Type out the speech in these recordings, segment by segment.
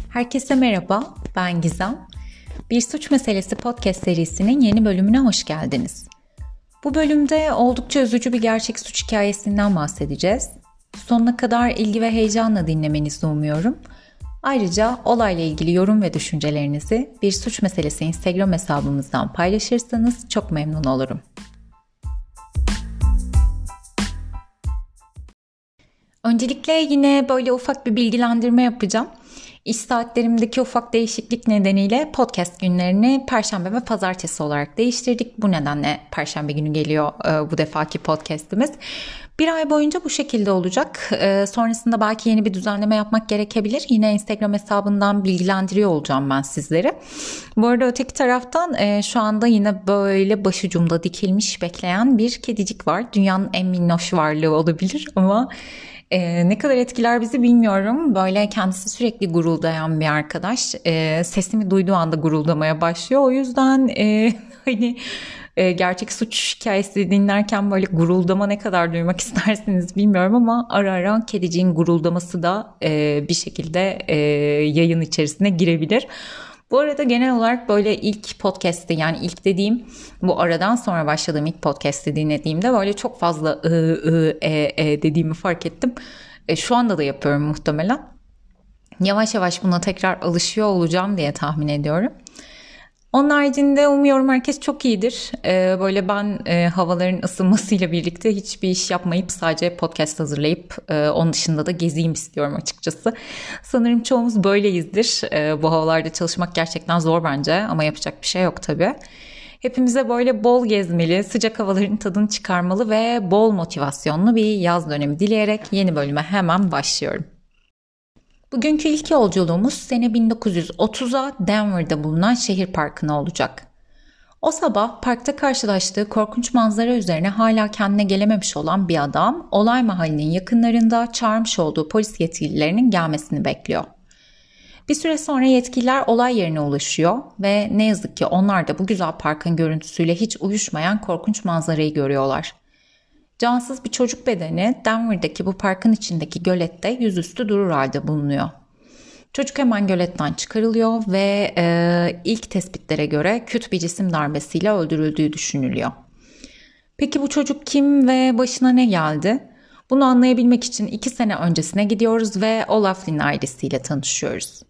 Herkese merhaba, ben Gizem. Bir Suç Meselesi podcast serisinin yeni bölümüne hoş geldiniz. Bu bölümde oldukça üzücü bir gerçek suç hikayesinden bahsedeceğiz. Sonuna kadar ilgi ve heyecanla dinlemenizi umuyorum. Ayrıca olayla ilgili yorum ve düşüncelerinizi Bir Suç Meselesi Instagram hesabımızdan paylaşırsanız çok memnun olurum. Öncelikle yine böyle ufak bir bilgilendirme yapacağım. İş saatlerimdeki ufak değişiklik nedeniyle podcast günlerini Perşembe ve Pazartesi olarak değiştirdik. Bu nedenle Perşembe günü geliyor bu defaki podcastimiz. Bir ay boyunca bu şekilde olacak. Sonrasında belki yeni bir düzenleme yapmak gerekebilir. Yine Instagram hesabından bilgilendiriyor olacağım ben sizleri. Bu arada öteki taraftan şu anda yine böyle başucumda dikilmiş bekleyen bir kedicik var. Dünyanın en minnoş varlığı olabilir ama... ne kadar etkiler bizi bilmiyorum. Böyle kendisi sürekli guruldayan bir arkadaş. Sesimi duyduğu anda guruldamaya başlıyor. O yüzden gerçek suç hikayesi dinlerken böyle guruldama ne kadar duymak istersiniz bilmiyorum ama ara ara kediciğin guruldaması da bir şekilde yayın içerisine girebilir. Bu arada genel olarak böyle ilk podcast'te, yani ilk dediğim bu aradan sonra başladığım ilk podcast'i dinlediğimde böyle çok fazla dediğimi fark ettim. Şu anda da yapıyorum muhtemelen. Yavaş yavaş buna tekrar alışıyor olacağım diye tahmin ediyorum. Onun haricinde umuyorum herkes çok iyidir. Böyle ben havaların ısınmasıyla birlikte hiçbir iş yapmayıp sadece podcast hazırlayıp onun dışında da gezeyim istiyorum açıkçası. Sanırım çoğumuz böyleyizdir. Bu havalarda çalışmak gerçekten zor bence ama yapacak bir şey yok tabii. Hepimize böyle bol gezmeli, sıcak havaların tadını çıkarmalı ve bol motivasyonlu bir yaz dönemi dileyerek yeni bölüme hemen başlıyorum. Bugünkü ilk yolculuğumuz sene 1930'a Denver'da bulunan şehir parkına olacak. O sabah parkta karşılaştığı korkunç manzara üzerine hala kendine gelememiş olan bir adam, olay mahallinin yakınlarında çağırmış olduğu polis yetkililerinin gelmesini bekliyor. Bir süre sonra yetkililer olay yerine ulaşıyor ve ne yazık ki onlar da bu güzel parkın görüntüsüyle hiç uyuşmayan korkunç manzarayı görüyorlar. Cansız bir çocuk bedeni Denver'daki bu parkın içindeki gölette yüzüstü durur halde bulunuyor. Çocuk hemen göletten çıkarılıyor ve ilk tespitlere göre küt bir cisim darbesiyle öldürüldüğü düşünülüyor. Peki bu çocuk kim ve başına ne geldi? Bunu anlayabilmek için 2 sene öncesine gidiyoruz ve O'Laughlin ailesiyle tanışıyoruz.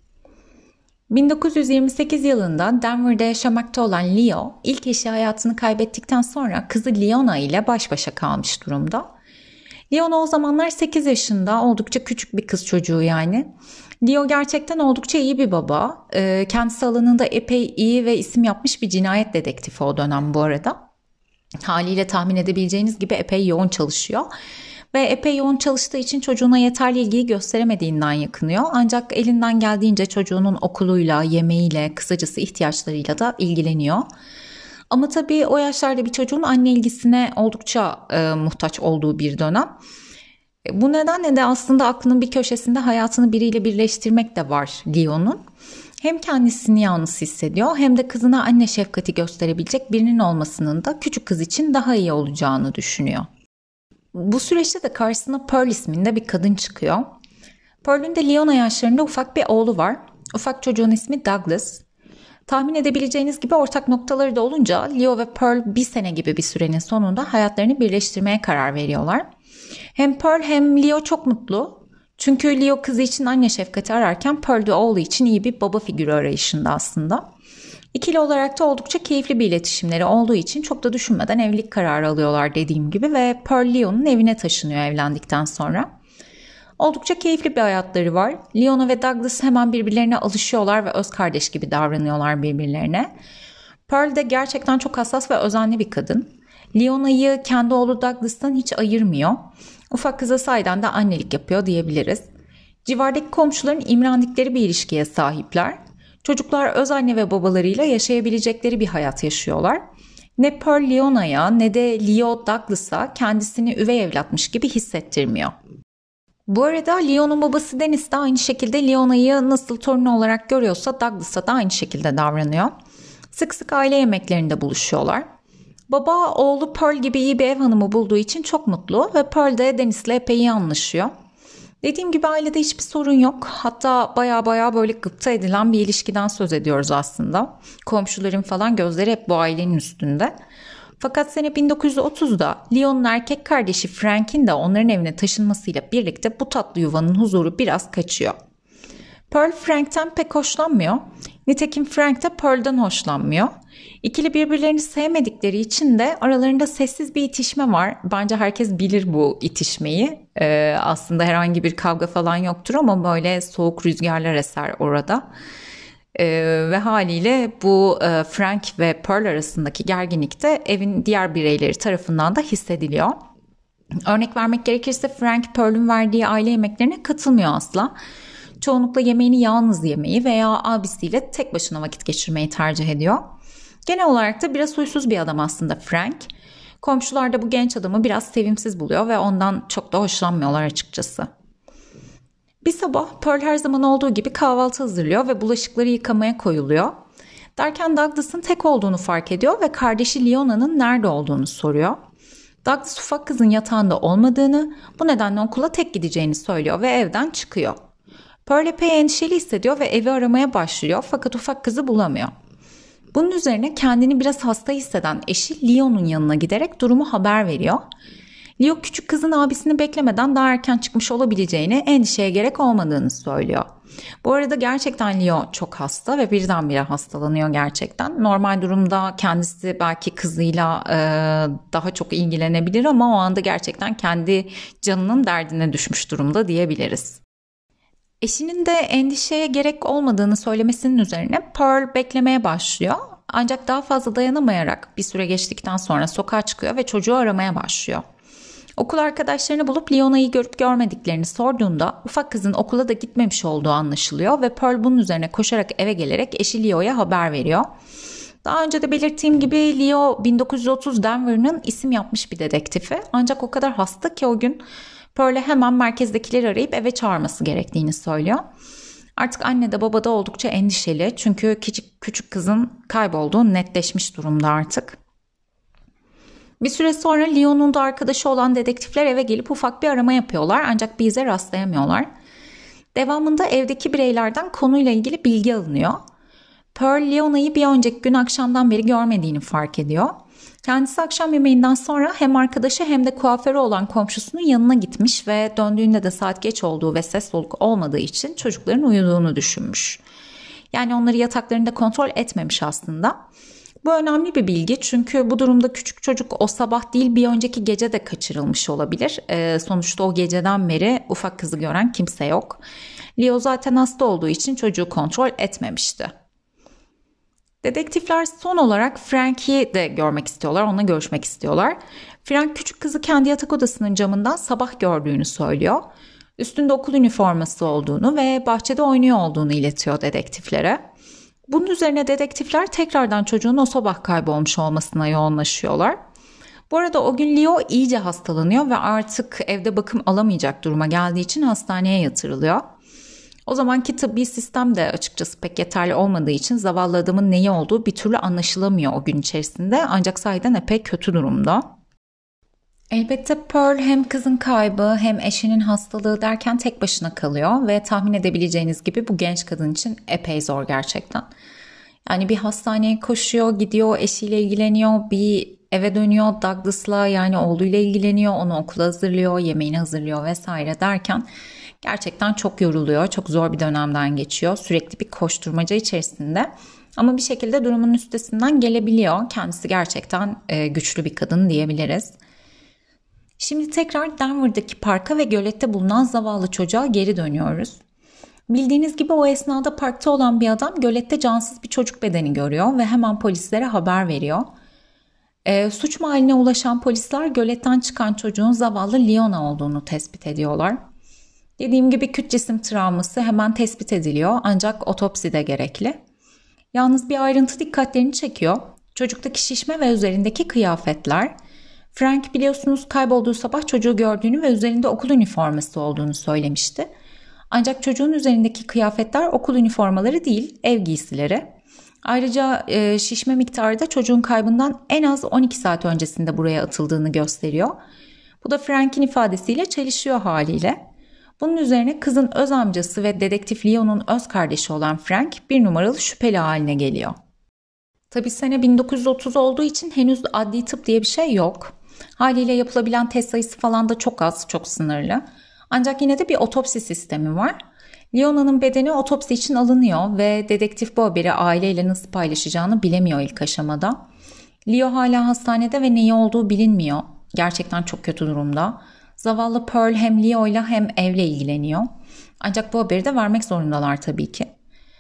1928 yılında Denver'da yaşamakta olan Leo, ilk eşi hayatını kaybettikten sonra kızı Leona ile baş başa kalmış durumda. Leona o zamanlar 8 yaşında, oldukça küçük bir kız çocuğu yani. Leo gerçekten oldukça iyi bir baba. Kendisi alanında epey iyi ve isim yapmış bir cinayet dedektifi o dönem bu arada. Haliyle tahmin edebileceğiniz gibi epey yoğun çalışıyor. Ve epey yoğun çalıştığı için çocuğuna yeterli ilgiyi gösteremediğinden yakınıyor. Ancak elinden geldiğince çocuğunun okuluyla, yemeğiyle, kısacası ihtiyaçlarıyla da ilgileniyor. Ama tabii o yaşlarda bir çocuğun anne ilgisine oldukça muhtaç olduğu bir dönem. Bu nedenle de aslında aklının bir köşesinde hayatını biriyle birleştirmek de var Leo'nun. Hem kendisini yalnız hissediyor hem de kızına anne şefkati gösterebilecek birinin olmasının da küçük kız için daha iyi olacağını düşünüyor. Bu süreçte de karşısına Pearl isminde bir kadın çıkıyor. Pearl'ün de Leona yaşlarında ufak bir oğlu var. Ufak çocuğun ismi Douglas. Tahmin edebileceğiniz gibi ortak noktaları da olunca Leo ve Pearl bir sene gibi bir sürenin sonunda hayatlarını birleştirmeye karar veriyorlar. Hem Pearl hem Leo çok mutlu. Çünkü Leo kızı için anne şefkati ararken Pearl de oğlu için iyi bir baba figürü arayışında aslında. İkili olarak da oldukça keyifli bir iletişimleri olduğu için çok da düşünmeden evlilik kararı alıyorlar dediğim gibi ve Pearl Leo'nun evine taşınıyor evlendikten sonra. Oldukça keyifli bir hayatları var. Leona ve Douglas hemen birbirlerine alışıyorlar ve öz kardeş gibi davranıyorlar birbirlerine. Pearl de gerçekten çok hassas ve özenli bir kadın. Leona'yı kendi oğlu Douglas'tan hiç ayırmıyor. Ufak kıza sahiden de annelik yapıyor diyebiliriz. Civardaki komşuların imrendikleri bir ilişkiye sahipler. Çocuklar öz anne ve babalarıyla yaşayabilecekleri bir hayat yaşıyorlar. Ne Pearl Leona'ya ne de Leo Douglas'a kendisini üvey evlatmış gibi hissettirmiyor. Bu arada Leo'nun babası Dennis de aynı şekilde Leona'yı nasıl torunu olarak görüyorsa Douglas'a da aynı şekilde davranıyor. Sık sık aile yemeklerinde buluşuyorlar. Baba oğlu Pearl gibi iyi bir ev hanımı bulduğu için çok mutlu ve Pearl de Dennis'le epey iyi anlaşıyor. Dediğim gibi ailede hiçbir sorun yok. Hatta baya böyle gıpta edilen bir ilişkiden söz ediyoruz aslında. Komşuların falan gözleri hep bu ailenin üstünde. Fakat sene 1930'da Leon'un erkek kardeşi Frank'in de onların evine taşınmasıyla birlikte bu tatlı yuvanın huzuru biraz kaçıyor. Pearl Frank'ten pek hoşlanmıyor. Nitekim Frank de Pearl'den hoşlanmıyor. İkili birbirlerini sevmedikleri için de aralarında sessiz bir itişme var. Bence herkes bilir bu itişmeyi. Aslında herhangi bir kavga falan yoktur ama böyle soğuk rüzgarlar eser orada. Ve haliyle bu Frank ve Pearl arasındaki gerginlik de evin diğer bireyleri tarafından da hissediliyor. Örnek vermek gerekirse Frank Pearl'ün verdiği aile yemeklerine katılmıyor asla. Çoğunlukla yemeğini yalnız yemeyi veya abisiyle tek başına vakit geçirmeyi tercih ediyor. Genel olarak da biraz huysuz bir adam aslında Frank. Komşular da bu genç adamı biraz sevimsiz buluyor ve ondan çok da hoşlanmıyorlar açıkçası. Bir sabah Pearl her zaman olduğu gibi kahvaltı hazırlıyor ve bulaşıkları yıkamaya koyuluyor. Derken Douglas'ın tek olduğunu fark ediyor ve kardeşi Leona'nın nerede olduğunu soruyor. Douglas ufak kızın yatağında olmadığını, bu nedenle okula tek gideceğini söylüyor ve evden çıkıyor. Pearl epey endişeli hissediyor ve evi aramaya başlıyor fakat ufak kızı bulamıyor. Bunun üzerine kendini biraz hasta hisseden eşi Leo'nun yanına giderek durumu haber veriyor. Leo küçük kızın abisini beklemeden daha erken çıkmış olabileceğini, endişeye gerek olmadığını söylüyor. Bu arada gerçekten Leo çok hasta ve birdenbire hastalanıyor gerçekten. Normal durumda kendisi belki kızıyla daha çok ilgilenebilir ama o anda gerçekten kendi canının derdine düşmüş durumda diyebiliriz. Eşinin de endişeye gerek olmadığını söylemesinin üzerine Pearl beklemeye başlıyor. Ancak daha fazla dayanamayarak bir süre geçtikten sonra sokağa çıkıyor ve çocuğu aramaya başlıyor. Okul arkadaşlarını bulup Leona'yı görüp görmediklerini sorduğunda ufak kızın okula da gitmemiş olduğu anlaşılıyor ve Pearl bunun üzerine koşarak eve gelerek eşi Leo'ya haber veriyor. Daha önce de belirttiğim gibi Leo 1930 Denver'ın isim yapmış bir dedektifi. Ancak o kadar hasta ki o gün Pearl'e hemen merkezdekileri arayıp eve çağırması gerektiğini söylüyor. Artık anne de baba da oldukça endişeli çünkü küçük kızın kaybolduğu netleşmiş durumda artık. Bir süre sonra Leon'un da arkadaşı olan dedektifler eve gelip ufak bir arama yapıyorlar ancak bir ize rastlayamıyorlar. Devamında evdeki bireylerden konuyla ilgili bilgi alınıyor. Pearl Leona'yı bir önceki gün akşamdan beri görmediğini fark ediyor. Kendisi akşam yemeğinden sonra hem arkadaşı hem de kuaförü olan komşusunun yanına gitmiş ve döndüğünde de saat geç olduğu ve ses soluk olmadığı için çocukların uyuduğunu düşünmüş. Yani onları yataklarında kontrol etmemiş aslında. Bu önemli bir bilgi çünkü bu durumda küçük çocuk o sabah değil bir önceki gece de kaçırılmış olabilir. Sonuçta o geceden beri ufak kızı gören kimse yok. Leo zaten hasta olduğu için çocuğu kontrol etmemişti. Dedektifler son olarak Frank'i de görmek istiyorlar, onunla görüşmek istiyorlar. Frank küçük kızı kendi yatak odasının camından sabah gördüğünü söylüyor. Üstünde okul üniforması olduğunu ve bahçede oynuyor olduğunu iletiyor dedektiflere. Bunun üzerine dedektifler tekrardan çocuğun o sabah kaybolmuş olmasına yoğunlaşıyorlar. Bu arada o gün Leo iyice hastalanıyor ve artık evde bakım alamayacak duruma geldiği için hastaneye yatırılıyor. O zamanki tıbbi sistem de açıkçası pek yeterli olmadığı için zavallı adamın neyi olduğu bir türlü anlaşılamıyor o gün içerisinde ancak sahiden epey kötü durumda. Elbette Pearl hem kızın kaybı hem eşinin hastalığı derken tek başına kalıyor ve tahmin edebileceğiniz gibi bu genç kadın için epey zor gerçekten. Yani bir hastaneye koşuyor, gidiyor, eşiyle ilgileniyor, bir eve dönüyor Douglas'la yani oğluyla ilgileniyor, onu okula hazırlıyor, yemeğini hazırlıyor vesaire derken gerçekten çok yoruluyor, çok zor bir dönemden geçiyor. Sürekli bir koşturmaca içerisinde ama bir şekilde durumun üstesinden gelebiliyor. Kendisi gerçekten güçlü bir kadın diyebiliriz. Şimdi tekrar Denver'daki parka ve gölette bulunan zavallı çocuğa geri dönüyoruz. Bildiğiniz gibi o esnada parkta olan bir adam gölette cansız bir çocuk bedeni görüyor ve hemen polislere haber veriyor. Suç mahalline ulaşan polisler göletten çıkan çocuğun zavallı Leona olduğunu tespit ediyorlar. Dediğim gibi küt cisim travması hemen tespit ediliyor ancak otopsi de gerekli. Yalnız bir ayrıntı dikkatlerini çekiyor. Çocuktaki şişme ve üzerindeki kıyafetler. Frank biliyorsunuz kaybolduğu sabah çocuğu gördüğünü ve üzerinde okul üniforması olduğunu söylemişti. Ancak çocuğun üzerindeki kıyafetler okul üniformaları değil, ev giysileri. Ayrıca şişme miktarı da çocuğun kaybından en az 12 saat öncesinde buraya atıldığını gösteriyor. Bu da Frank'in ifadesiyle çelişiyor haliyle. Bunun üzerine kızın öz amcası ve dedektif Leo'nun öz kardeşi olan Frank bir numaralı şüpheli haline geliyor. Tabii sene 1930 olduğu için henüz adli tıp diye bir şey yok. Haliyle yapılabilen test sayısı falan da çok az, çok sınırlı. Ancak yine de bir otopsi sistemi var. Leona'nın bedeni otopsi için alınıyor ve dedektif bu haberi aileyle nasıl paylaşacağını bilemiyor ilk aşamada. Leo hala hastanede ve neyi olduğu bilinmiyor. Gerçekten çok kötü durumda. Zavallı Pearl hem Leo'yla hem evle ilgileniyor. Ancak bu haberi de vermek zorundalar tabii ki.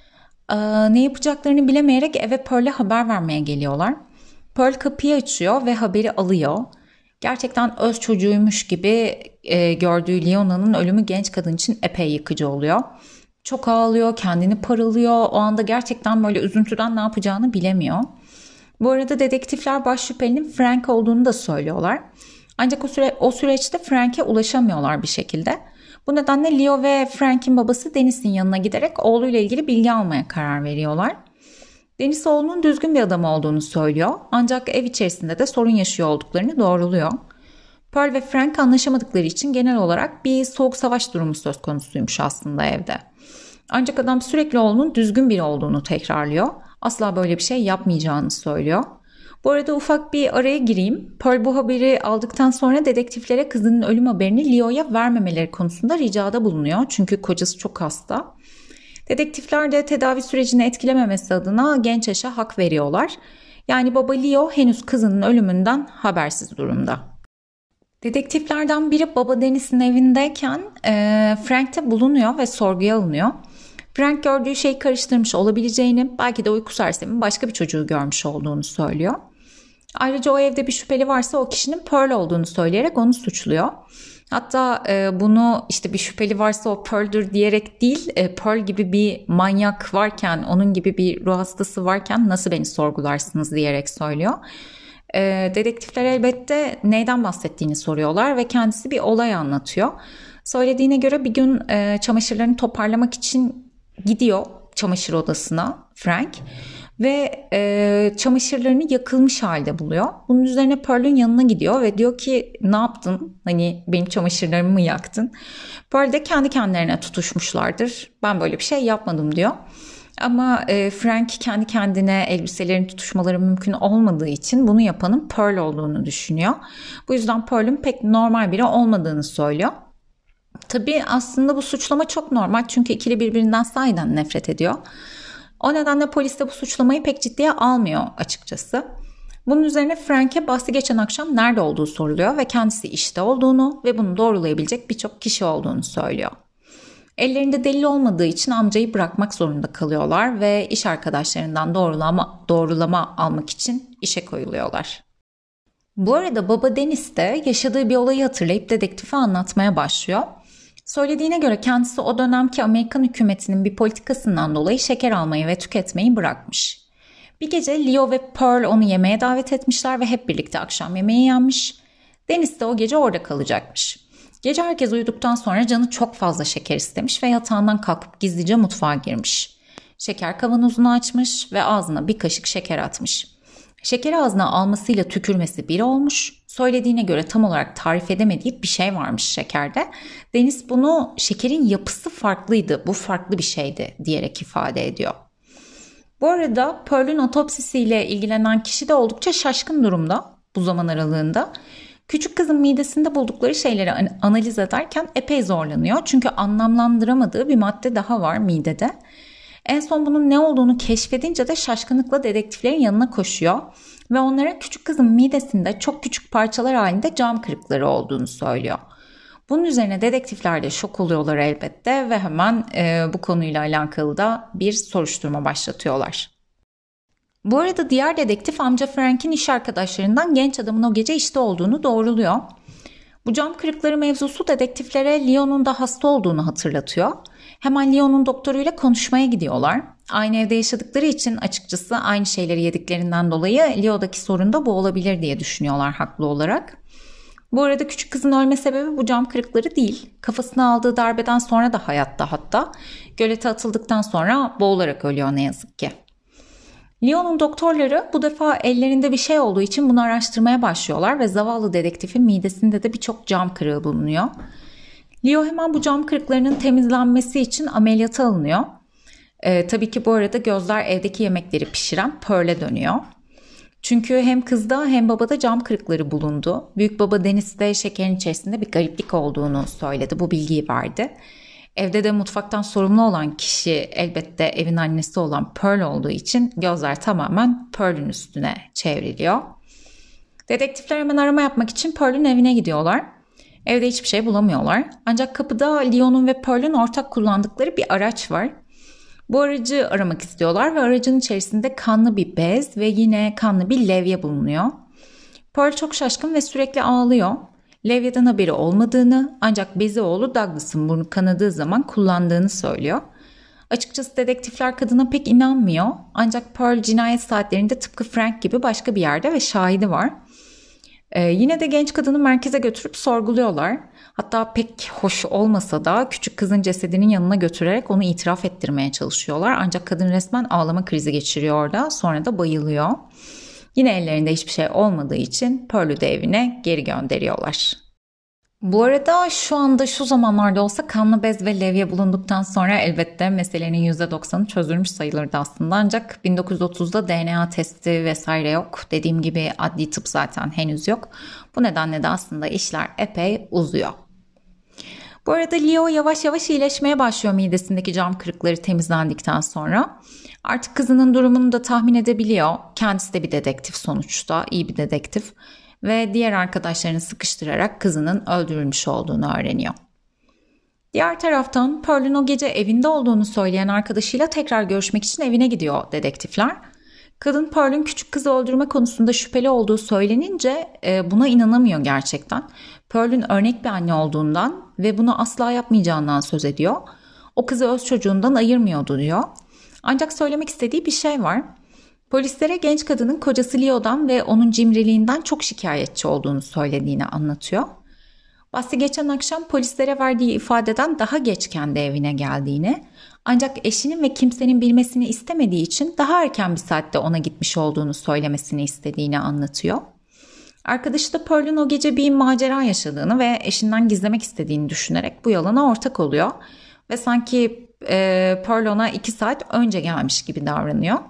Ne yapacaklarını bilemeyerek eve Pearl'e haber vermeye geliyorlar. Pearl kapıyı açıyor ve haberi alıyor. Gerçekten öz çocuğuymuş gibi gördüğü Leona'nın ölümü genç kadın için epey yıkıcı oluyor. Çok ağlıyor, kendini paralıyor. O anda gerçekten böyle üzüntüden ne yapacağını bilemiyor. Bu arada dedektifler baş şüphelinin Frank olduğunu da söylüyorlar. Ancak o süreçte Frank'e ulaşamıyorlar bir şekilde. Bu nedenle Leo ve Frank'in babası Dennis'in yanına giderek oğluyla ilgili bilgi almaya karar veriyorlar. Dennis oğlunun düzgün bir adam olduğunu söylüyor. Ancak ev içerisinde de sorun yaşıyor olduklarını doğruluyor. Pearl ve Frank anlaşamadıkları için genel olarak bir soğuk savaş durumu söz konusuymuş aslında evde. Ancak adam sürekli oğlunun düzgün biri olduğunu tekrarlıyor. Asla böyle bir şey yapmayacağını söylüyor. Bu arada ufak bir araya gireyim. Pearl bu haberi aldıktan sonra dedektiflere kızının ölüm haberini Leo'ya vermemeleri konusunda ricada bulunuyor. Çünkü kocası çok hasta. Dedektifler de tedavi sürecini etkilememesi adına genç eşe hak veriyorlar. Yani baba Leo henüz kızının ölümünden habersiz durumda. Dedektiflerden biri baba Dennis'in evindeyken Frank de bulunuyor ve sorguya alınıyor. Frank gördüğü şeyi karıştırmış olabileceğini, belki de uyku sersemi başka bir çocuğu görmüş olduğunu söylüyor. Ayrıca o evde bir şüpheli varsa o kişinin Pearl olduğunu söyleyerek onu suçluyor. Hatta bunu işte bir şüpheli varsa o Pearl'dür diyerek değil, Pearl gibi bir manyak varken, onun gibi bir ruh hastası varken nasıl beni sorgularsınız diyerek söylüyor. Dedektifler elbette neyden bahsettiğini soruyorlar ve kendisi bir olay anlatıyor. Söylediğine göre bir gün çamaşırlarını toparlamak için gidiyor çamaşır odasına Frank ve çamaşırlarını yakılmış halde buluyor. Bunun üzerine Pearl'ün yanına gidiyor ve diyor ki ne yaptın? Hani benim çamaşırlarımı mı yaktın? Pearl de kendi kendilerine tutuşmuşlardır. Ben böyle bir şey yapmadım diyor. Ama Frank kendi kendine elbiselerin tutuşmaları mümkün olmadığı için bunu yapanın Pearl olduğunu düşünüyor. Bu yüzden Pearl'ün pek normal biri olmadığını söylüyor. Tabii aslında bu suçlama çok normal çünkü ikili birbirinden sahiden nefret ediyor. O nedenle polis de bu suçlamayı pek ciddiye almıyor açıkçası. Bunun üzerine Frank'e bahsi geçen akşam nerede olduğu soruluyor ve kendisi işte olduğunu ve bunu doğrulayabilecek birçok kişi olduğunu söylüyor. Ellerinde delil olmadığı için amcayı bırakmak zorunda kalıyorlar ve iş arkadaşlarından doğrulama almak için işe koyuluyorlar. Bu arada baba Dennis de yaşadığı bir olayı hatırlayıp dedektife anlatmaya başlıyor. Söylediğine göre kendisi o dönemki Amerikan hükümetinin bir politikasından dolayı şeker almayı ve tüketmeyi bırakmış. Bir gece Leo ve Pearl onu yemeğe davet etmişler ve hep birlikte akşam yemeği yenmiş. Dennis de o gece orada kalacakmış. Gece herkes uyuduktan sonra canı çok fazla şeker istemiş ve yatağından kalkıp gizlice mutfağa girmiş. Şeker kavanozunu açmış ve ağzına bir kaşık şeker atmış. Şekeri ağzına almasıyla tükürmesi bir olmuş. Söylediğine göre tam olarak tarif edemediği bir şey varmış şekerde. Dennis bunu şekerin yapısı farklıydı, bu farklı bir şeydi diyerek ifade ediyor. Bu arada Pearl'ün otopsisiyle ilgilenen kişi de oldukça şaşkın durumda bu zaman aralığında. Küçük kızın midesinde buldukları şeyleri analiz ederken epey zorlanıyor. Çünkü anlamlandıramadığı bir madde daha var midede. En son bunun ne olduğunu keşfedince de şaşkınlıkla dedektiflerin yanına koşuyor. Ve onlara küçük kızın midesinde çok küçük parçalar halinde cam kırıkları olduğunu söylüyor. Bunun üzerine dedektifler de şok oluyorlar elbette ve hemen bu konuyla alakalı da bir soruşturma başlatıyorlar. Bu arada diğer dedektif amca Frank'in iş arkadaşlarından genç adamın o gece işte olduğunu doğruluyor. Bu cam kırıkları mevzusu dedektiflere Leo'nun da hasta olduğunu hatırlatıyor. Hemen Leo'nun doktoruyla konuşmaya gidiyorlar. Aynı evde yaşadıkları için açıkçası aynı şeyleri yediklerinden dolayı Leo'daki sorun da bu olabilir diye düşünüyorlar haklı olarak. Bu arada küçük kızın ölme sebebi bu cam kırıkları değil. Kafasına aldığı darbeden sonra da hayatta hatta. Gölete atıldıktan sonra boğularak ölüyor ne yazık ki. Leo'nun doktorları bu defa ellerinde bir şey olduğu için bunu araştırmaya başlıyorlar ve zavallı dedektifin midesinde de birçok cam kırığı bulunuyor. Leo hemen bu cam kırıklarının temizlenmesi için ameliyata alınıyor. Tabii ki bu arada gözler evdeki yemekleri pişiren Pearl'e dönüyor. Çünkü hem kızda hem babada cam kırıkları bulundu. Büyük baba Dennis'te şekerin içerisinde bir gariplik olduğunu söyledi. Bu bilgiyi verdi. Evde de mutfaktan sorumlu olan kişi elbette evin annesi olan Pearl olduğu için gözler tamamen Pearl'ün üstüne çevriliyor. Dedektifler hemen arama yapmak için Pearl'ün evine gidiyorlar. Evde hiçbir şey bulamıyorlar. Ancak kapıda Leon'un ve Pearl'ün ortak kullandıkları bir araç var. Bu aracı aramak istiyorlar ve aracın içerisinde kanlı bir bez ve yine kanlı bir levye bulunuyor. Pearl çok şaşkın ve sürekli ağlıyor. Levyeden haberi olmadığını ancak bezi oğlu Douglas'ın burnu kanadığı zaman kullandığını söylüyor. Açıkçası dedektifler kadına pek inanmıyor. Ancak Pearl cinayet saatlerinde tıpkı Frank gibi başka bir yerde ve şahidi var. Yine de genç kadını merkeze götürüp sorguluyorlar. Hatta pek hoş olmasa da küçük kızın cesedinin yanına götürerek onu itiraf ettirmeye çalışıyorlar. Ancak kadın resmen ağlama krizi geçiriyor orada. Sonra da bayılıyor. Yine ellerinde hiçbir şey olmadığı için Pearl'ü de evine geri gönderiyorlar. Bu arada şu anda şu zamanlarda olsa kanlı bez ve levye bulunduktan sonra elbette meselenin %90'ı çözülmüş sayılırdı aslında. Ancak 1930'da DNA testi vesaire yok. Dediğim gibi adli tıp zaten henüz yok. Bu nedenle de aslında işler epey uzuyor. Bu arada Leo yavaş yavaş iyileşmeye başlıyor midesindeki cam kırıkları temizlendikten sonra. Artık kızının durumunu da tahmin edebiliyor. Kendisi de bir dedektif sonuçta, iyi bir dedektif. Ve diğer arkadaşlarını sıkıştırarak kızının öldürülmüş olduğunu öğreniyor. Diğer taraftan Pearl'ün o gece evinde olduğunu söyleyen arkadaşıyla tekrar görüşmek için evine gidiyor dedektifler. Kadın Pearl'ün küçük kızı öldürme konusunda şüpheli olduğu söylenince buna inanamıyor gerçekten. Pearl'ün örnek bir anne olduğundan ve bunu asla yapmayacağından söz ediyor. O kızı öz çocuğundan ayırmıyordu diyor. Ancak söylemek istediği bir şey var. Polislere genç kadının kocası Leo'dan ve onun cimriliğinden çok şikayetçi olduğunu söylediğini anlatıyor. Bahsi geçen akşam polislere verdiği ifadeden daha geç kendi evine geldiğini, ancak eşinin ve kimsenin bilmesini istemediği için daha erken bir saatte ona gitmiş olduğunu söylemesini istediğini anlatıyor. Arkadaşı da Pearl'ün o gece bir macera yaşadığını ve eşinden gizlemek istediğini düşünerek bu yalana ortak oluyor. Ve sanki Pearl ona 2 saat önce gelmiş gibi davranıyor.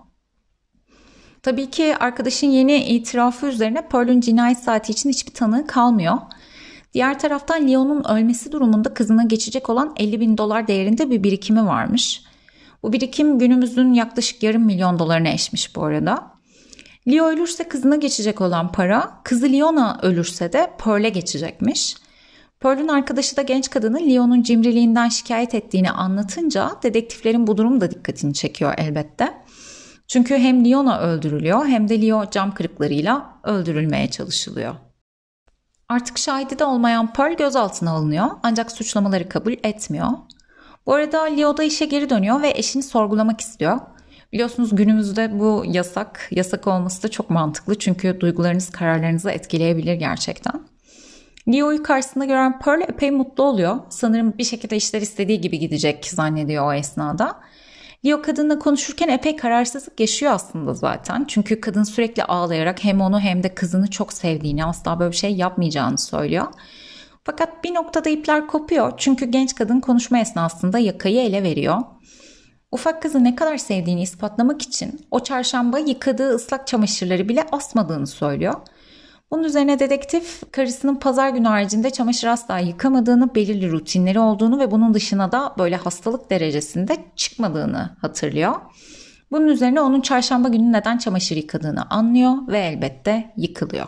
Tabii ki arkadaşın yeni itirafı üzerine Pearl'ün cinayet saati için hiçbir tanığı kalmıyor. Diğer taraftan Leon'un ölmesi durumunda kızına geçecek olan $50.000 değerinde bir birikimi varmış. Bu birikim günümüzün yaklaşık $500.000'ına eşmiş bu arada. Leo ölürse kızına geçecek olan para, kızı Leona ölürse de Pearl'e geçecekmiş. Pearl'ün arkadaşı da genç kadını Leo'nun cimriliğinden şikayet ettiğini anlatınca dedektiflerin bu durum da dikkatini çekiyor elbette. Çünkü hem Leona öldürülüyor hem de Leo cam kırıklarıyla öldürülmeye çalışılıyor. Artık şahidi de olmayan Pearl gözaltına alınıyor ancak suçlamaları kabul etmiyor. Bu arada Leo da işe geri dönüyor ve eşini sorgulamak istiyor. Biliyorsunuz günümüzde bu yasak olması da çok mantıklı çünkü duygularınız kararlarınızı etkileyebilir gerçekten. Leo'yu karşısında gören Pearl epey mutlu oluyor. Sanırım bir şekilde işler istediği gibi gidecek zannediyor o esnada. Leo kadınla konuşurken epey kararsızlık yaşıyor aslında zaten. Çünkü kadın sürekli ağlayarak hem onu hem de kızını çok sevdiğini, asla böyle bir şey yapmayacağını söylüyor. Fakat bir noktada ipler kopuyor çünkü genç kadın konuşma esnasında yakayı ele veriyor. Ufak kızı ne kadar sevdiğini ispatlamak için o çarşamba yıkadığı ıslak çamaşırları bile asmadığını söylüyor. Bunun üzerine dedektif karısının pazar günü haricinde çamaşır asla yıkamadığını, belirli rutinleri olduğunu ve bunun dışına da böyle hastalık derecesinde çıkmadığını hatırlıyor. Bunun üzerine onun çarşamba günü neden çamaşır yıkadığını anlıyor ve elbette yıkılıyor.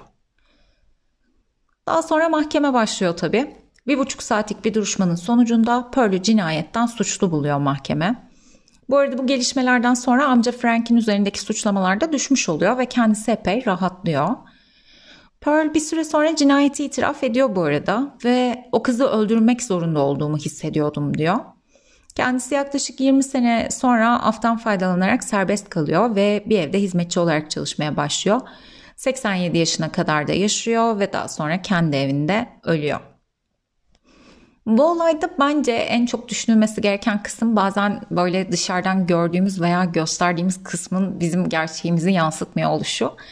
Daha sonra mahkeme başlıyor tabii. 1,5 saatlik bir duruşmanın sonucunda Pearl'ü cinayetten suçlu buluyor mahkeme. Bu arada bu gelişmelerden sonra amca Frank'in üzerindeki suçlamalar da düşmüş oluyor ve kendisi epey rahatlıyor. Pearl bir süre sonra cinayeti itiraf ediyor bu arada ve o kızı öldürmek zorunda olduğumu hissediyordum diyor. Kendisi yaklaşık 20 sene sonra aftan faydalanarak serbest kalıyor ve bir evde hizmetçi olarak çalışmaya başlıyor. 87 yaşına kadar da yaşıyor ve daha sonra kendi evinde ölüyor. Bu olayda bence en çok düşünülmesi gereken kısım bazen böyle dışarıdan gördüğümüz veya gösterdiğimiz kısmın bizim gerçeğimizi yansıtmıyor oluşu.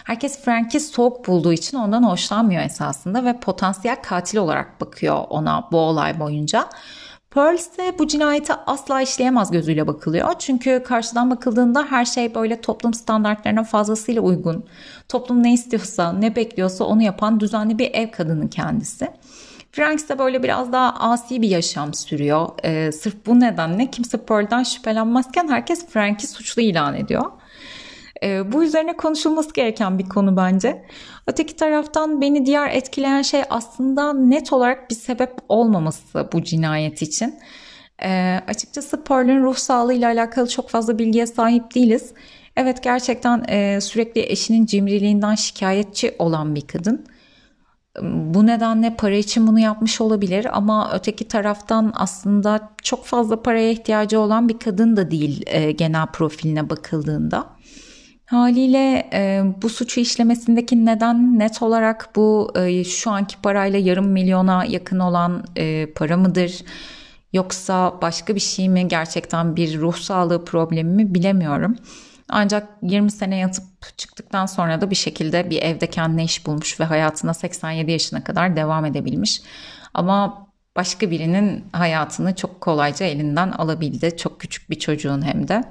Herkes Frank'i soğuk bulduğu için ondan hoşlanmıyor esasında ve potansiyel katil olarak bakıyor ona bu olay boyunca. Pearl ise bu cinayeti asla işleyemez gözüyle bakılıyor. Çünkü karşıdan bakıldığında her şey böyle toplum standartlarına fazlasıyla uygun. Toplum ne istiyorsa, ne bekliyorsa onu yapan düzenli bir ev kadını kendisi. Frank ise böyle biraz daha asi bir yaşam sürüyor. Sırf bu nedenle kimse Pearl'den şüphelenmezken herkes Frank'i suçlu ilan ediyor. Bu üzerine konuşulması gereken bir konu bence. Öteki taraftan beni diğer etkileyen şey aslında net olarak bir sebep olmaması bu cinayet için. Açıkçası Pearl'ün ruh sağlığıyla alakalı çok fazla bilgiye sahip değiliz. Evet, gerçekten sürekli eşinin cimriliğinden şikayetçi olan bir kadın. Bu nedenle para için bunu yapmış olabilir ama öteki taraftan aslında çok fazla paraya ihtiyacı olan bir kadın da değil genel profiline bakıldığında. Haliyle bu suçu işlemesindeki neden net olarak bu şu anki parayla yarım milyona yakın olan para mıdır? Yoksa başka bir şey mi, gerçekten bir ruh sağlığı problemi mi bilemiyorum. Ancak 20 sene yatıp çıktıktan sonra da bir şekilde bir evde kendine iş bulmuş ve hayatına 87 yaşına kadar devam edebilmiş. Ama başka birinin hayatını çok kolayca elinden alabildi. Çok küçük bir çocuğun hem de.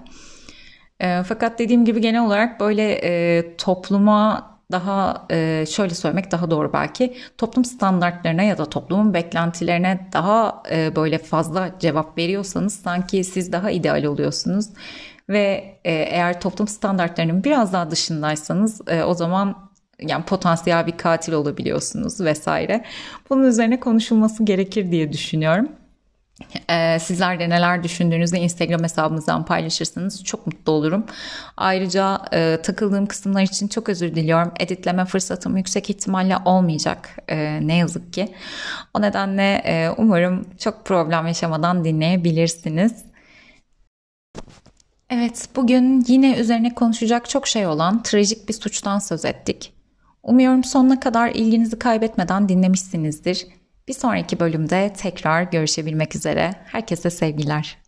Fakat dediğim gibi genel olarak böyle topluma daha şöyle söylemek daha doğru belki, toplum standartlarına ya da toplumun beklentilerine daha böyle fazla cevap veriyorsanız sanki siz daha ideal oluyorsunuz ve eğer toplum standartlarının biraz daha dışındaysanız o zaman yani potansiyel bir katil olabiliyorsunuz vesaire. Bunun üzerine konuşulması gerekir diye düşünüyorum. Sizler de neler düşündüğünüzü Instagram hesabımızdan paylaşırsanız çok mutlu olurum. Ayrıca takıldığım kısımlar için çok özür diliyorum. Editleme fırsatım yüksek ihtimalle olmayacak ne yazık ki. O nedenle umarım çok problem yaşamadan dinleyebilirsiniz. Evet, bugün yine üzerine konuşacak çok şey olan trajik bir suçtan söz ettik. Umuyorum sonuna kadar ilginizi kaybetmeden dinlemişsinizdir. Bir sonraki bölümde tekrar görüşebilmek üzere. Herkese sevgiler.